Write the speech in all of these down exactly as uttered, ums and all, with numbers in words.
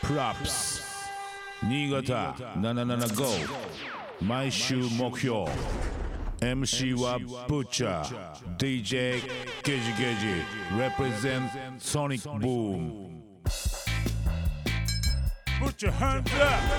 プラップス新潟ななななご毎週目標 エムシー はブッチャー ディージェー ゲジゲジ represent Sonic Boom ブッチャーハンズアッ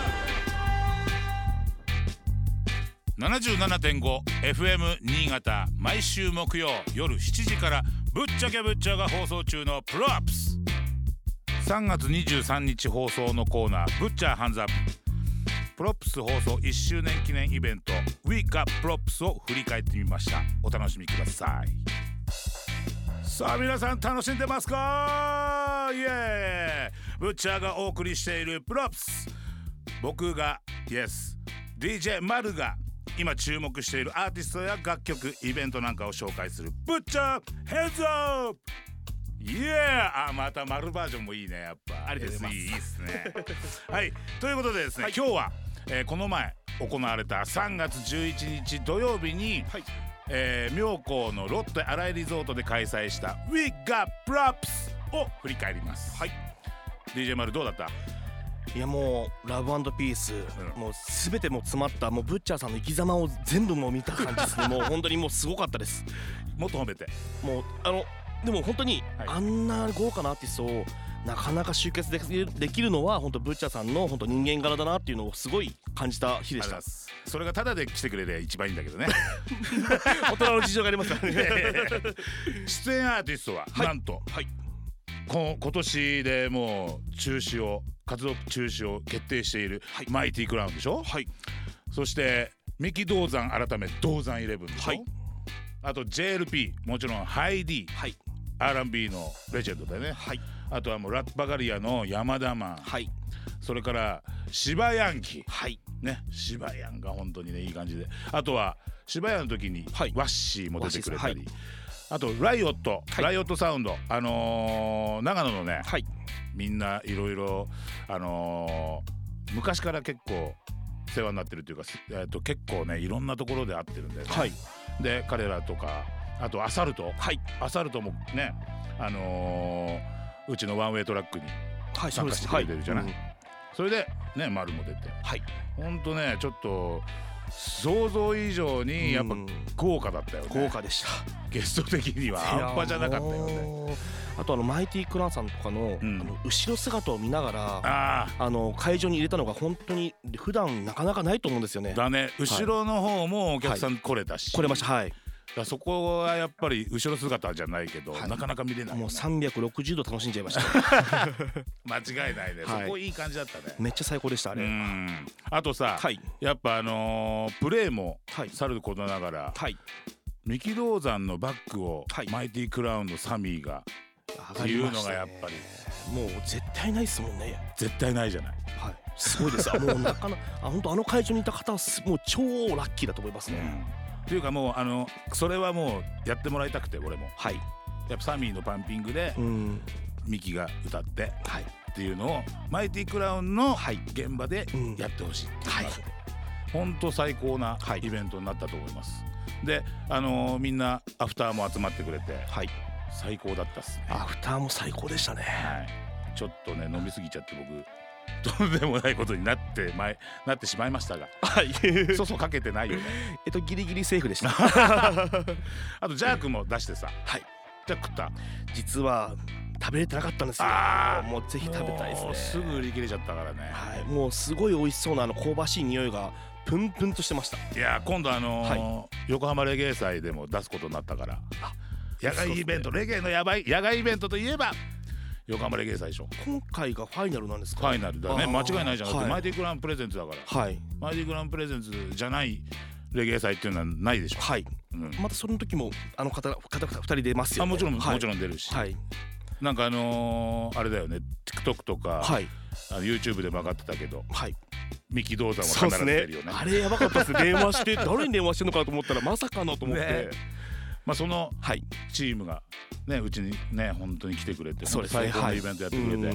プ ななじゅうななてんごエフエム 新潟毎週木曜夜しちじからぶっちゃけぶっちゃが放送中のプロアップスさんがつにじゅうさんにち放送のコーナーぶっちゃハンズアッププロップス放送いっしゅうねん記念イベント We Got Props を振り返ってみました。お楽しみください。さあ皆さん楽しんでますか？イエーイ。ブッチャーがお送りしているプロップス、僕が Yes ディージェー マルが今注目しているアーティストや楽曲イベントなんかを紹介するブッチャーヘンズアップ。イエー。あ、また丸バージョンもいいね。やっぱありがとうございます。 いいですねはい、ということでですね、はい、今日は、えー、この前行われたさんがつじゅういちにち土曜日に、はい、えー、妙高のロッテ新井リゾートで開催した We Got Props を振り返ります。はい、ディージェー 丸どうだった？ いやもうラブ&ピース、うん、もうすべても詰まったもうブッチャーさんの生き様を全部もう見た感じですねもう本当にもうすごかったです。 もっと褒めて。 もうあのでも本当に、はい、あんな豪華なアーティストをなかなか集結できる、できるのは本当ブッチャーさんの本当人間柄だなっていうのをすごい感じた日でした。 それがタダで来てくれれば一番いいんだけどね大人の事情がありますからね出演アーティストは、はい、なんと、はい、こ今年でもう中止を活動中止を決定している、はい、マイティクラウンでしょ、はい、そして三木道山改め道山イレブンでしょ、はい、あと ジェイエルピー もちろんハイディ、はい、アールアンドビー のレジェンドだよね、はい、あとはもうラッパガリアの山田マン、はい、それから芝ヤンキー、はい、ね、芝ヤンが本当にねいい感じで、あとは芝ヤンの時にワッシーも出てくれたり、はい、あとライオット、はい、ライオットサウンド、あのー、長野のね、はい、みんないろいろあのー、昔から結構世話になってるというか、えー、と結構ねいろんなところで会ってるんだよね、はい、で彼らとかあとアサルト、はい、アサルトもね、あのー、うちのワンウェイトラックに参加してくれてるじゃない、はい、それでね丸も出て、はい、ほんとねちょっと想像以上にやっぱ豪華だったよね。 豪華でした。 ゲスト的には半端じゃなかったよね。 あとあのマイティクラウンさんとか の,、うん、あの後ろ姿を見ながら あ, あの会場に入れたのが本当に普段なかなかないと思うんですよね。 だね、後ろの方もお客さん来れたし、 はい、来れました。はい、 だそこはやっぱり後ろ姿じゃないけど、はい、なかなか見れない、ね、 もうさんびゃくろくじゅうど楽しんじゃいました間違いないね、はい、そこいい感じだったね。 めっちゃ最高でしたあれ。うん、 あとさ、はい、やっぱあのー、プレーもさることながら、はい、三木道山のバックを、はい、マイティクラウンのサミーがっていうのがやっぱりもう絶対ないですもんね。 絶対ないじゃない、 はい、すごいですもうなかなあ本当あの会場にいた方はもう超ラッキーだと思いますね、うん、というかもうあのそれはもうやってもらいたくて俺も、はい、やっぱサミーのパンピングで、うん、ミキが歌って、はい、っていうのをマイティクラウンの現場でやってほしいっていうのが、はい、本当最高なイベントになったと思います、はい、で、あのー、みんなアフターも集まってくれて、はい、最高だったっすね。 アフターも最高でしたね、はい、 ちょっとね飲みすぎちゃって僕とんでもないことになって前なってしまいましたが、はい、そうそうかけてないよねえっとギリギリセーフでしたあとジャークも出してさ、はい、じゃあ食った？ 実は食べれてなかったんですよ。あもうぜひ食べたいですね。 すぐ売り切れちゃったからね、はい、 もうすごい美味しそうなあの香ばしい匂いがプンプンとしてました。 いや今度あのーはい、横浜レゲエ祭でも出すことになったから、あ野外イベント、ね、レゲエのやばい野外イベントといえば横浜レゲエ祭でしょ。 今回がファイナルなんですか？ ファイナルだね、間違いないじゃん、はい、マイティクラウンプレゼンツだから、はい、マイティクラウンプレゼンツじゃないレゲエ祭っていうのはないでしょ。はい、うん、またその時もあの方方ふたり出ますよね。 あもちろん、はい、もちろん出るし、はい、なんかあのー、あれだよね TikTok とか、はい、あの YouTube でも上がってたけど、はい、三木道山は必ず出るよね。 あれやばかったですね電話して誰に電話してんのかと思ったらまさかのと思って、ね、 まあそのチームがねうちにね本当に来てくれて、最高のイベントやってくれて、はい、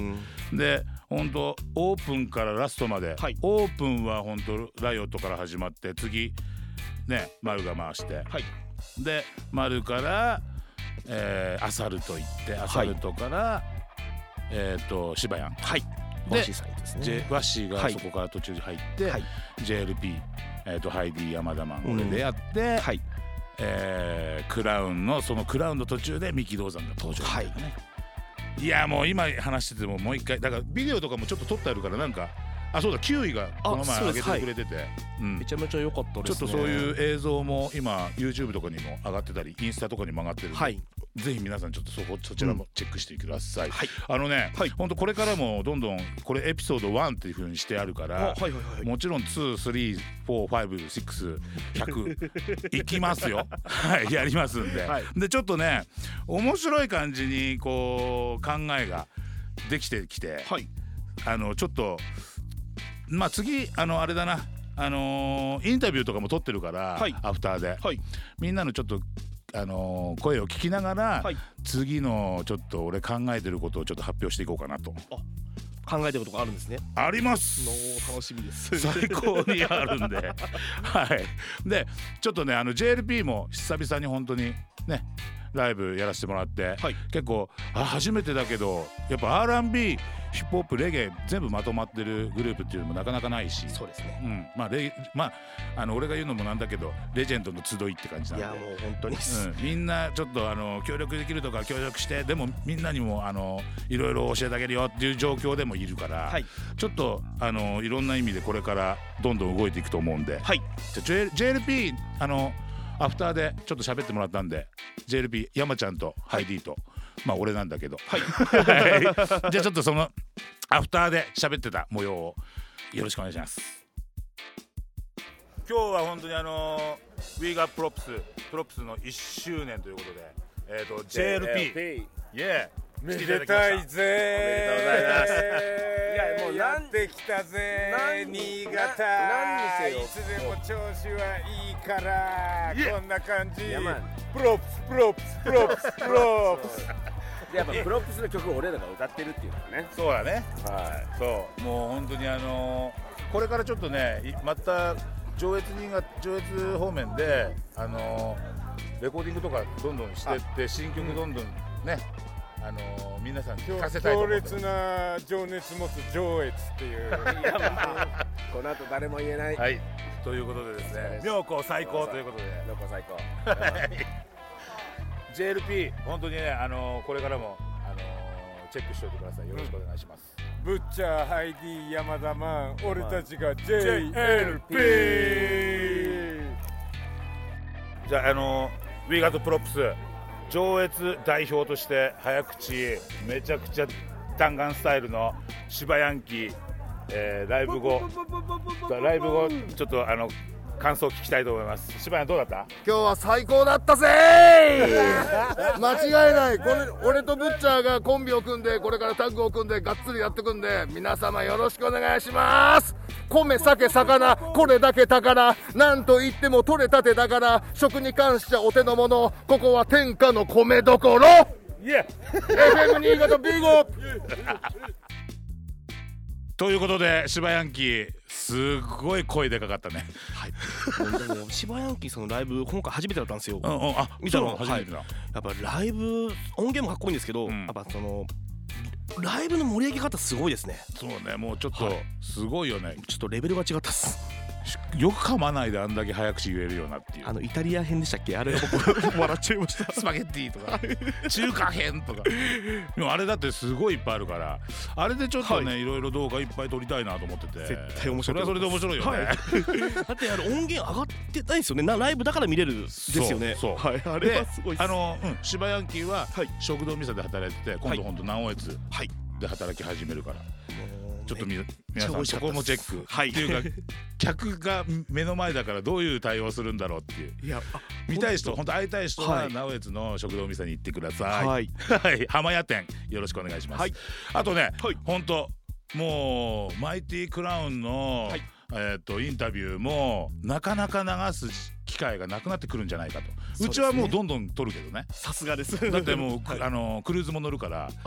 で本当オープンからラストまで、はい、オープンは本当ライオットから始まって、次ね丸が回して、はい、で丸から、えー、アサルト行って、アサルトから、はい、えーと芝やん、はい、 でワッシーさんですね、 J、ワッシーがそこから途中で入って、はい、ジェイエルピー、えー、とハイディ山田マン俺でやって、うんはいえー、クラウンのそのクラウンの途中で三木道山が登場みたいなね、はい、いやもう今話しててももう一回だからビデオとかもちょっと撮ってあるからなんかあそうだきゅういがこの前上げてくれてて、はいうん、 めちゃめちゃ良かったですね。 ちょっとそういう映像も今 YouTube とかにも上がってたりインスタとかにも上がってるんで、はい、ぜひ皆さんちょっとそこそちらもチェックしてください、うんはい、あのね、はい、ほんとこれからもどんどんこれエピソードワンっていう風にしてあるから、はいはいはい、もちろんツー、スリー、フォー、ファイブ、シックス、ひゃくいきますよはいやりますんで、はい、でちょっとね面白い感じにこう考えができてきて、はい、あのちょっとまあ次あのあれだなあのー、インタビューとかも撮ってるから、はい、アフターで、はい、みんなのちょっとあのー、声を聞きながら、はい、次のちょっと俺考えてることをちょっと発表していこうかなと。 考えてることがあるんですね。 ありますの楽しみです最高にあるんではいでちょっとねあの ジェイエルピー も久々に本当にねライブやらせてもらって、はい、結構あ初めてだけどやっぱ アールアンドビー ヒップホップレゲエ全部まとまってるグループっていうのもなかなかないしそうですね、 うんまあレまあ、あの俺が言うのもなんだけどレジェンドの集いって感じなんでいやもう本当に、 うん、みんなちょっとあの協力できるとか協力してでもみんなにもあのいろいろ教えてあげるよっていう状況でもいるから、はい、ちょっとあのいろんな意味でこれからどんどん動いていくと思うんで、はい、じゃ ジェイエルピー あのアフターでちょっと喋ってもらったんで ジェイエルピー 山ちゃんとハイディと、はい、まあ俺なんだけど、はい、じゃあちょっとそのアフターで喋ってた模様をよろしくお願いします。今日は本当にあの We Got Props プロプスのいっしゅうねんということで、えーと ジェイエルピー イエーめでたいぜー、おめでとうございます。いやもうやってきたぜー新潟、何にせよいつでも調子はいいからこんな感じ。プロプスプロプスプロプスプロプスやっぱプロプスの曲を俺らが歌ってるっていうのがね。 そうだね、はい、そうもう本当にあのー、これからちょっとねまた上越新潟上越方面であのー、レコーディングとかどんどんしてって新曲どんどんね、うん、あのー、皆さんに聞かせたいと思って強烈な情熱持つ上越っていういや、まあ、この後誰も言えない、 はい、ということでですね妙高最高ということで妙高最高ジェイエルピー 本当にね、あのー、これからも、あのー、チェックしておいてください。よろしくお願いします、 うん、ブッチャーハイディ山田マン俺たちが ジェイエルピーじゃあ、あのー、We Got Props 上越代表として早口めちゃくちゃ弾丸スタイルの芝ヤンキー、えー、ライブ後ライブ後ちょっとあの感想を聞きたいと思います。柴谷どうだった？ 今日は最高だったぜー間違いない。これ俺とブッチャーがコンビを組んでこれからタッグを組んでがっつりやってくんで皆様よろしくお願いします。米、酒、魚これだけ宝なんといっても取れたてだから食に関してはお手の物ここは天下の米どころイエー エフエム 新潟ビーゴということで柴ヤンキーすごい声でかかったね。 はい。でも柴ヤンキーそのライブ今回初めてだったんですよ。 うんうん、あ見たの初めてだ、はい。 やっぱライブ音源もかっこいいんですけど、うん、やっぱそのライブの盛り上げ方すごいですね。 そうね、もうちょっとすごいよね。はい、 ちょっとレベルが違ったっす。 よく噛まないであんだけ早口言えるようなっていう。 あのイタリア編でしたっけ？あれ僕笑っちゃいました。 スパゲッティとか中華編とかでもあれだってすごいいっぱいあるからあれでちょっとね、はい、いろいろ動画いっぱい撮りたいなと思ってて絶対面白い。それはそれで面白いよね、はい、 だってあの音源上がってないですよね。なライブだから見れるですよね。 そうそう、 はい、あれはすごいっす。 あの、うん、柴ヤンキーは食堂店で働いてて今度ほんと直江津で働き始めるから、はいちょっとみ皆さんそこもチェック、はい、っていうか客が目の前だからどういう対応するんだろうっていう。いや見たい人本当会いたい人は直江津の食堂店に行ってください。はい、浜屋店よろしくお願いします。はい、あとね、はい、本当もうマイティクラウンの、はいえー、とインタビューもなかなか流す機会がなくなってくるんじゃないかと。 う, ね、うちはもうどんどん撮るけどね。 さすがです。 だってもう、はい、あのクルーズも乗るから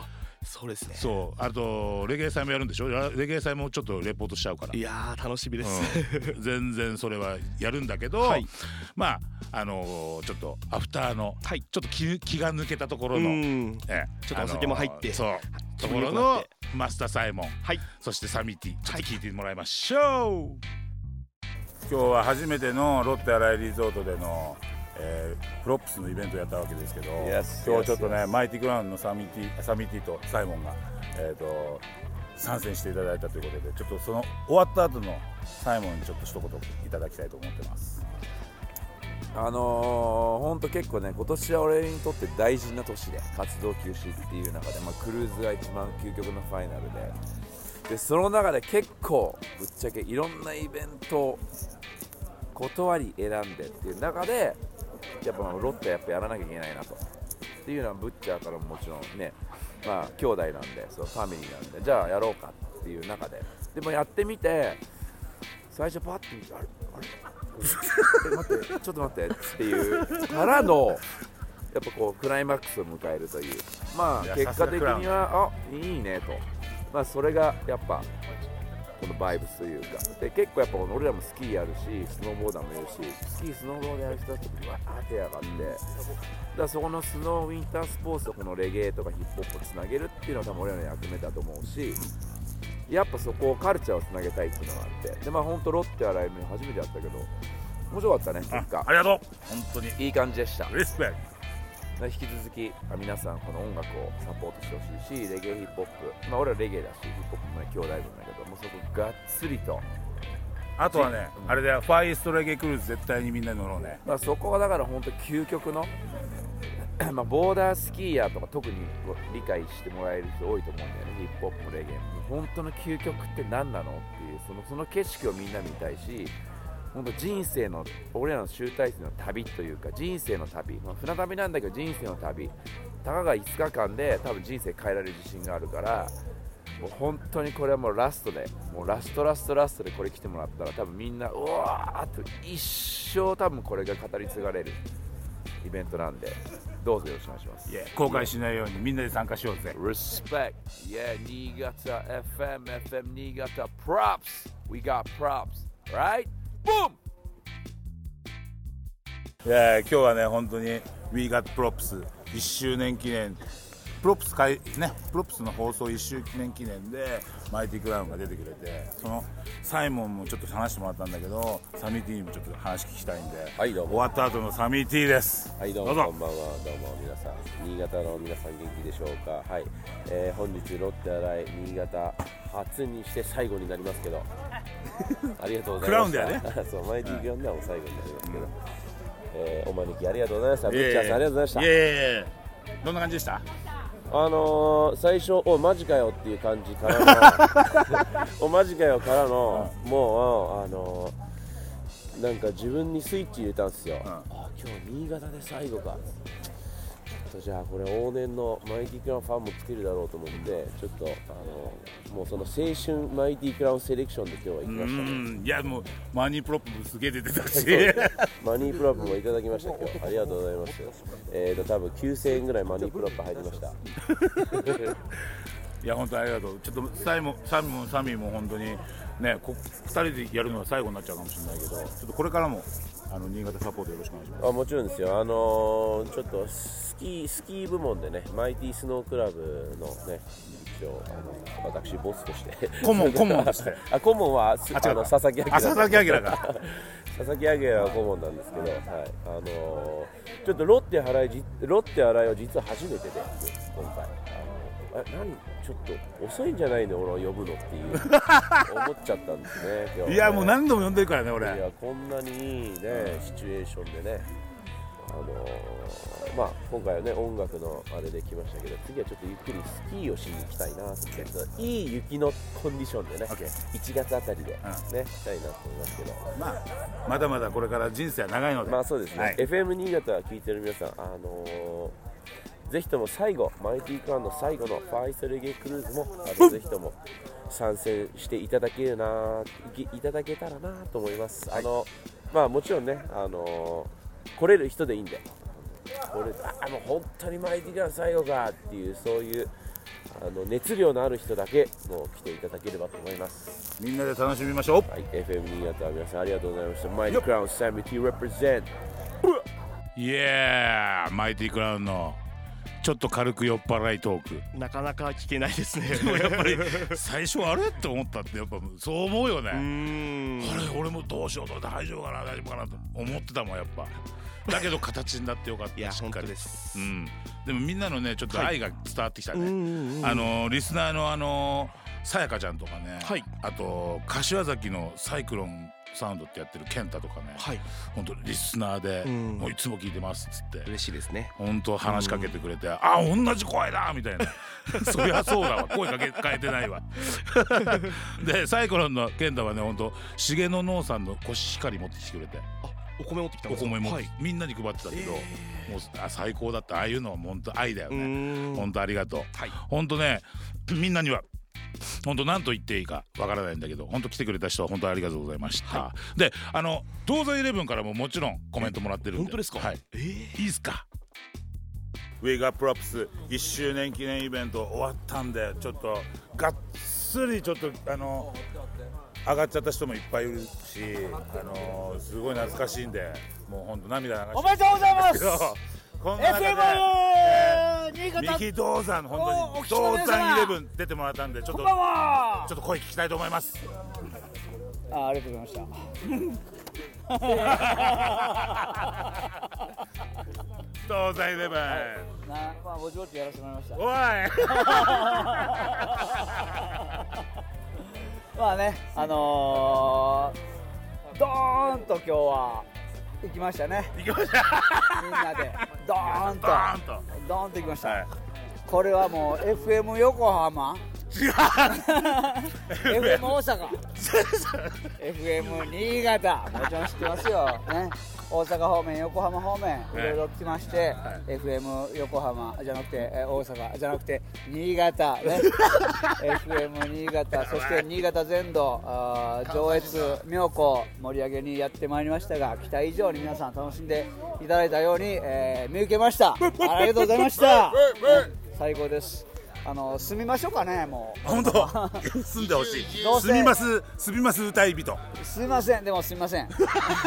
そうですね。 そうあとレゲエ祭もやるんでしょ。レゲエ祭もちょっとレポートしちゃうから。 いやー楽しみです、 うん、全然それはやるんだけど、はい、まああのー、ちょっとアフターの、はい、ちょっと 気, 気が抜けたところの、 えちょっとお酒も入って、 そうところのマスターサイモン、はい、そしてサミティちょっと聞いてもらいましょう、はい、今日は初めてのロッテ新井リゾートでの、えー、プロップスのイベントをやったわけですけど、yes, 今日ちょっとね、yes, yes. マイティクラウンのサミティ、サミティとサイモンが、えー、と参戦していただいたということで、ちょっとその終わった後のサイモンにちょっと一言いただきたいと思ってます。 あのー、ほんと結構ね、今年は俺にとって大事な年で、活動休止っていう中で、まあ、クルーズが一番究極のファイナルで、でその中で結構ぶっちゃけいろんなイベントを断り選んでっていう中で、やっぱロッテやっぱやらなきゃいけないなとっていうのはブッチャーからももちろんね、まあ兄弟なんで、そのファミリーなんで、じゃあやろうかっていう中で、でもやってみて最初パッて見て、あれあれえ待ってちょっと待ってっていうからのやっぱこうクライマックスを迎えるという、まあ結果的にはあいいねと、まあそれがやっぱこのバイブスというかで、結構やっぱ俺らもスキーやるしスノーボーダーもいるし、スキースノーボーダーやる人たちがわーって上がって、だからそこのスノーウィンタースポーツとこのレゲエとかヒップホップをつなげるっていうのは多分俺らの役目だと思うし、やっぱそこをカルチャーをつなげたいっていうのがあって、でまあ本当ロッテ新井も初めてやったけど面白かったね。結果あ, ありがとう、本当にいい感じでした。 リスペクト。引き続き皆さんこの音楽をサポートしてほしいし、レゲエヒップホップ、まあ俺はレゲエだしヒップホップもね兄弟分だけども、そこがっつりと、 あとはね、うん、あれだよ、ファイストレゲエクルーズ絶対にみんなに乗ろうね。 まあそこがだから本当究極のまあボーダースキーヤーとか特に理解してもらえる人多いと思うんだよね。ヒップホップもレゲエも本当の究極って何なのっていう、そのその景色をみんな見たいし、本当人生の俺らの集大成の旅というか人生の旅、まあ、船旅なんだけど人生の旅、たかがいつかかんで多分人生変えられる自信があるから、もう本当にこれはもうラストで、もうラストラストラストでこれ来てもらったら多分みんなうわーっと一生多分これが語り継がれるイベントなんで、どうぞよろしくお願いします。 Yeah, 後悔しないようにみんなで参加しようぜ。 Respect, yeah, 新潟 エフエム、エフエム 新潟 props, we got props, right? Boom! いや今日はね本当に We Got Props いっしゅうねん記念、プロップス会ね、プロップスの放送いっしゅうねん記念でマイティクラウンが出てくれて、そのサイモンもちょっと話してもらったんだけど、サミーティーにもちょっと話聞きたいんで、 はい、どうも終わった後のサミーティーです。 はい、どうも、どうもこんばんは、どうも皆さん、新潟の皆さん元気でしょうか。はい、えー、本日ロッテ新井新潟初にして最後になりますけどありがとうございました。クラウンだよねそうマイティクラウンではもう最後になりますけど、うん、えー、お招きありがとうございました。ブッチャーさんありがとうございました。 いえいえ、どんな感じでした？ あのー、最初おマジかよっていう感じからのおマジかよからの、うん、もうあのー、なんか自分にスイッチ入れたんですよ、うん、あ今日新潟で最後か、ちょっとじゃあこれ往年のマイティクラウンファンもつけるだろうと思って、ちょっとあのー、もうその青春マイティクラウンセレクションで今日は行きましたね。 うん、いやもうマニープロップもすげえ出てたしマニープロップもいただきました今日、ありがとうございます。えーと多分きゅうせんえんぐらいマニープロップ入りましたいや本当にありがとう。ちょっとサイモンサミもサミも本当にね、こふたりでやるのが最後になっちゃうかもしれないけど、ちょっとこれからもあの新潟サポートよろしくお願いします。 あもちろんですよ。あのー、ちょっとスキースキー部門でね、マイティスノークラブのね、一応あの私ボスとして顧問顧問としてあ顧問はあの佐々木明あ佐々木明が佐々木明は顧問なんですけど、はい、あのー、ちょっとロッテ新井ロッテ新井は実は初めてで今回。あ何ちょっと遅いんじゃないの俺を呼ぶのっていう思っちゃったんですね今日ね。 いやもう何度も呼んでるからね俺。いやこんなにいいねシチュエーションでね、あのー、まあ今回はね音楽のあれで来ましたけど、次はちょっとゆっくりスキーをしに行きたいなっていい雪のコンディションでね、いちがつあたりでね、うん、したいなと思いますけど、 まあまだまだこれから人生は長いので、 まあそうですね、はい、エフエム 新潟聞いてる皆さん、あのーぜひとも最後マイティクラウンの最後のファイストレゲエクルーズもあとぜひとも参戦していただけるないただけたらなと思います。はい、あのまあもちろんね、あのー、来れる人でいいんで、これあもう本当にマイティクラウン最後かっていうそういうあの熱量のある人だけもう来ていただければと思います。 みんなで楽しみましょう。 はい、エフエム 新潟皆さんありがとうございました。マイティクラウンサミティ represent。 イエーマイティクラウンのちょっと軽く酔っ払いトーク、 なかなか聞けないですね。 やっぱり最初あれって思ったってやっぱそう思うよね。 うーんあれ俺もどうしようと大丈夫かな大丈夫かなと思ってたもんやっぱ。だけど形になってよかった。 いやしっかり本当です、 うん、でもみんなのねちょっと愛が伝わってきたね、 うんうんうん、 あのリスナーのあのさやかちゃんとかね、 はい、 あと柏崎のサイクロンサウンドってやってる健太とかね、 はい、 本当リスナーで、 うん、 もういつも聞いてますっつって嬉しいですね。 本当話しかけてくれて、うん、あ同じ声だみたいなそりゃそうだわ声かけ変えてないわでサイクロンの健太はね本当重野農産のコシヒカリ持ってきてくれて、 あお米持ってきたんですか。 お米持って、 はい、 みんなに配ってたけど、えー、もうあ最高だった。ああいうのは本当愛だようね。本当ありがとう、はい、本当ねみんなには本当何と言っていいかわからないんだけど本当来てくれた人は本当ありがとうございました、はい、であの東西イレブンからももちろんコメントもらってるんで。 本当ですか。 はい、 えー、 いいですか。ウェイガープロップスいっしゅうねん記念イベント終わったんでちょっとがっつりちょっとあの上がっちゃった人もいっぱいいるし、あのー、すごい懐かしいんでもう本当涙流しておめでとうございます。 こんな中で、 えー、新潟三木銅山本当に銅山イレブン出てもらったんでちょっとちょっと声聞きたいと思います。 あ、ありがとうございました銅山イレブン、はい、 なまあぼちぼちやらせてもらいました。 おいまあね、あのー、ドーンと今日は行きましたね。 行きましたみんなでドーンとドーンとドーンと行きました、はい、これはもう エフエム 横浜違うエフエム 大阪エフエム 新潟もちろん知ってますよね。大阪方面横浜方面いろいろ来まして、はい、エフエム 横浜じゃなくて大阪じゃなくて新潟ねエフエム 新潟そして新潟全土あ上越妙高盛り上げにやってまいりましたが期待以上に皆さん楽しんでいただいたように、えー、見受けました。ありがとうございました最高です。あの住みましょうかね。もう本当住んでほしい。住みます住みます歌い人。 すみませんでもすみません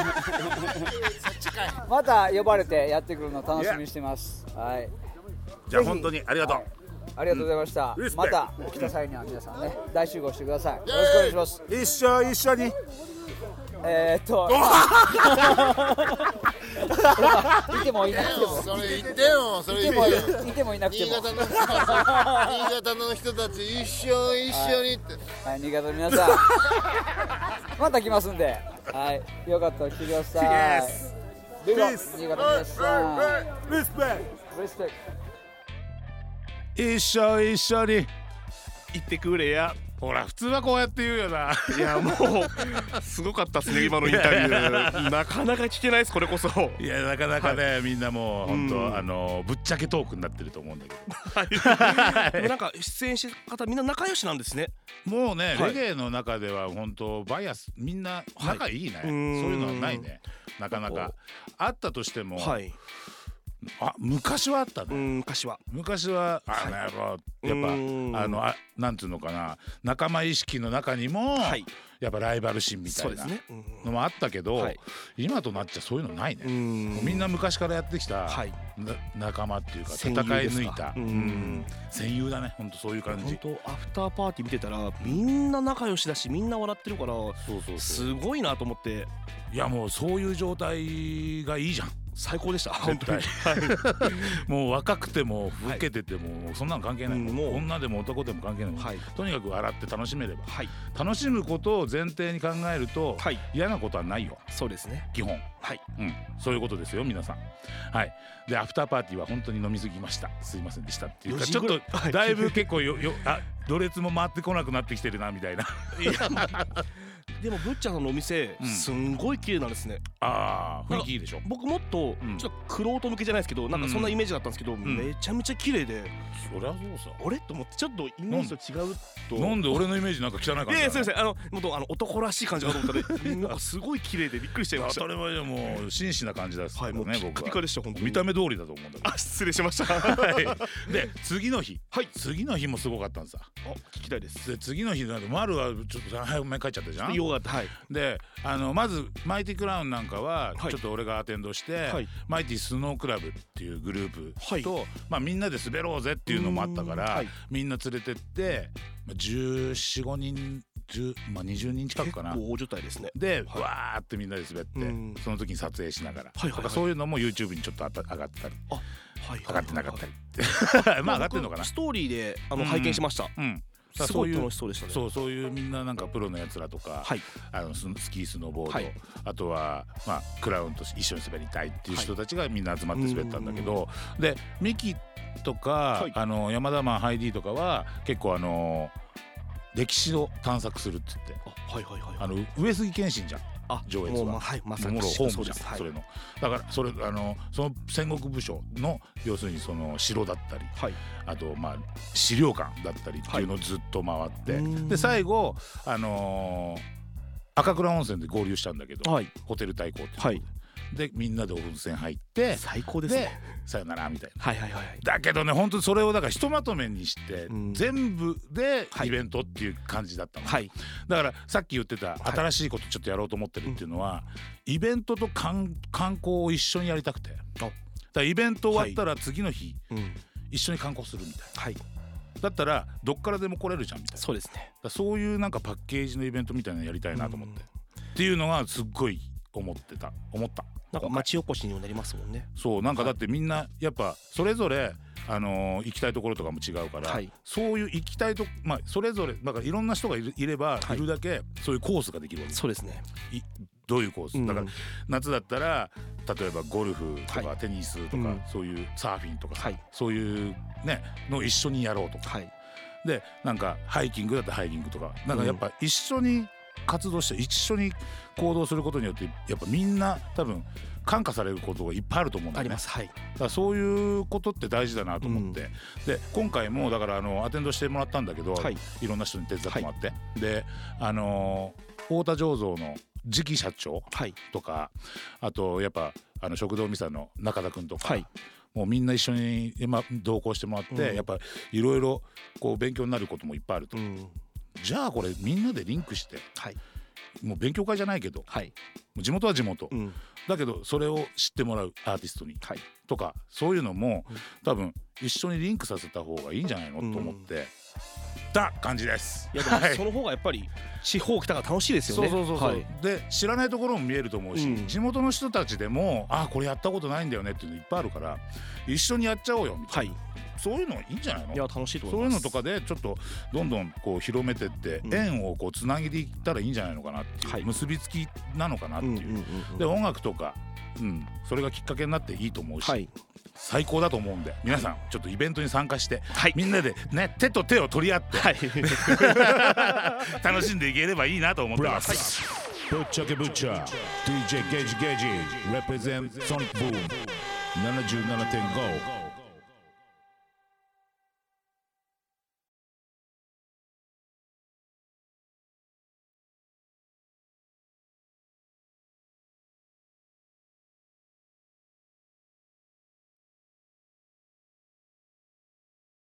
また呼ばれてやってくるの楽しみにしてます。はい。 じゃあ本当にありがとう、はい、 ありがとうございました、うん、また来た際には皆さんね大集合してください。よろしくお願いします。 一緒一緒にえー、っといてもいなくてもそれ言ってよ。それ言ってよ。 いてもいなくても新潟の人たち新潟の人たち一緒一緒にって、 はい、はい、新潟の皆さんまた来ますんで、はい、よかったら来てください。では新潟の皆さんリスペクトリスペクト一緒一緒に行ってくれや。 ほら普通はこうやって言うよな。 いやもうすごかったですね今のインタビューなかなか聞けないですこれこそ。 いやなかなかね、はい、みんなもう本当あのぶっちゃけトークになってると思うんだけど、 はい、なんか出演した方みんな仲良しなんですね。 もうね、はい、レゲエの中では本当バイアスみんな仲いいね、はい、そういうのはないねなかなか。あったとしても、はい、あ昔はあったね。 昔は昔はあの、はい、やっぱやっぱあのあなんていうのかな仲間意識の中にも、はい、やっぱライバル心みたいなのもあったけど、はい、今となっちゃそういうのないね。みんな昔からやってきた、はい、仲間っていうか戦い抜いた戦友だね。本当そういう感じ。 本当アフターパーティー見てたらみんな仲良しだしみんな笑ってるからそうそうそうすごいなと思って。 いやもうそういう状態がいいじゃん。 最高でした本当にもう若くても老けててもそんなの関係ない、もう女でも男でも関係ない、はい、とにかく笑って楽しめれば、はい、楽しむことを前提に考えると、はい、嫌なことはないよ。 そうですね基本、はい、うん、そういうことですよ皆さん。はいでアフターパーティーは本当に飲み過ぎました、すいませんでしたっていうかちょっとだいぶ結構よよあろれつも回ってこなくなってきてるなみたいなでもブッチャーさんのお店、 うんすんごい綺麗なんですね。 ああ雰囲気いいでしょ。 僕もっとうんちょっと玄人向けじゃないですけど、なんかそんなイメージだったんですけど、 んめちゃめちゃ綺麗で、 そりゃそうさ。 あれと思ってちょっとイメージと違うと。 なんで俺のイメージなんか汚い感じだね。 いやいやすみません、あのもっとあの男らしい感じかと思ったらなんかすごい綺麗でびっくりしちゃいました。 当たり前でもう真摯な感じですからはい、もうね、 ピッカ僕はピカでした本当に。 見た目通りだと思うんだけど。 あ、失礼しました。 はいで次の日、 はい、 次の日もすごかったんさ。 あ、聞きたいです。 で次の日なんか丸はちょっと早めに帰っちゃったじゃん。 よかった。はい。 であのまずマイティクラウンなんかははいちょっと俺がアテンドして、 はいマイティスノークラブっていうグループと、 はいまあ、みんなで滑ろうぜっていうのもあったから、 うーんはい、 みんな連れてってまあじゅうよん、ごにん、じゅうまあ、にじゅうにん近くかな。 結構大所帯ですね。 で、 はいわーってみんなで滑って、 うんその時に撮影しながら、 はいはいはいとかそういうのも YouTube にちょっとあた上がったりあ、はい。 上がってなかったりまあ上がってんのかな。 ストーリーであのうん拝見しました。 うんすごい楽しそうでしたね。 そうそういうみんななんかプロのやつらとか、 はい。 あのススキースノーボード、 はいあとは、まあ、クラウンと一緒に滑りたいっていう人たちがみんな集まって滑ったんだけど、でミキとか、 はいあの山田マンハイディとかは結構あの歴史を探索するっつってあ、はいはいはい。 あの上杉謙信じゃんあ、 上越はもうまはい、まさにもろホームじゃんそうです。はいそれのだからそれあのその戦国武将の要するにその城だったりはい。 あとまあ資料館だったりっていうのをずっと回って、 うーんで最後あのー赤倉温泉で合流したんだけど、 はい。 ホテル対抗っていうとこはい。 でみんなで温泉入って最高ですでね。 さよならみたいな。 はいはいはいはい。 だけどね本当にそれをだからひとまとめにして、 うん全部ではいイベントっていう感じだったの、 はい。 だからさっき言ってたはい新しいことちょっとやろうと思ってるっていうのは、イベントと観観光を一緒にやりたくて、だからイベント終わったら次の日、 うん。 一緒に観光するみたいな。 はい。 だったらどっからでも来れるじゃんみたいな。 そうですね。 だからそういうなんかパッケージのイベントみたいなのやりたいなと思って、っていうのがすっごい思ってた思ったなんか町おこしにもなりますもんね。 そうなんかだってみんなやっぱそれぞれ、あのー行きたいところとかも違うから、 はいそういう行きたいとまあそれぞれだからいろんな人がいるいればはいいるだけそういうコースができるわけです。 そうですね。 いどういうコース、だからうん夏だったら例えばゴルフとかはいテニスとか、 うんそういうサーフィンとかさ、 はいそういうねの一緒にやろうとか、 はい。 でなんかハイキングだったらハイキングとかなんかやっぱ一緒に活動して一緒に行動することによってやっぱみんな多分感化されることがいっぱいあると思うんだよね。 あります。はい。 だからそういうことって大事だなと思って、で今回もだからあのアテンドしてもらったんだけど、 はいいろんな人に手伝ってもらって、であの太田醸造の次期社長はい。 とかあとやっぱあの食堂ミサの中田君とか、 はい。 もうみんな一緒に今同行してもらって、 うんやっぱいろいろこう勉強になることもいっぱいあると、 うん。 じゃあこれみんなでリンクしてはい。 もう勉強会じゃないけどはい。 もう地元は地元、 うん。 だけどそれを知ってもらうアーティストにはい。 とかそういうのもうん多分一緒にリンクさせた方がいいんじゃないの、 うんと思ってた感じです。 いやでもはいその方がやっぱり地方来たから楽しいですよね。 そうそうそうそう、 はい。 で知らないところも見えると思うし、 うん地元の人たちでもあこれやったことないんだよねっていうのいっぱいあるから一緒にやっちゃおうよみたいな、 はい。 そういうのいいんじゃないの。 いや楽しいとそう思います。 いうのとかでちょっとどんどんこう広めてってうん縁をこうつなげていったらいいんじゃないのかなっていう、 はい結びつきなのかなっていう、 うんうんうんうん。 で音楽とか、うん、それがきっかけになっていいと思うし、 はい。 最高だと思うんで皆さんちょっとイベントに参加して、 はい。 みんなでね手と手を取り合って、 はい。 楽しんでいければいいなと思ってます。 ぶっちゃけぶっちゃ ディージェー ゲージゲージ represent Sonic Boom ななじゅうななてんご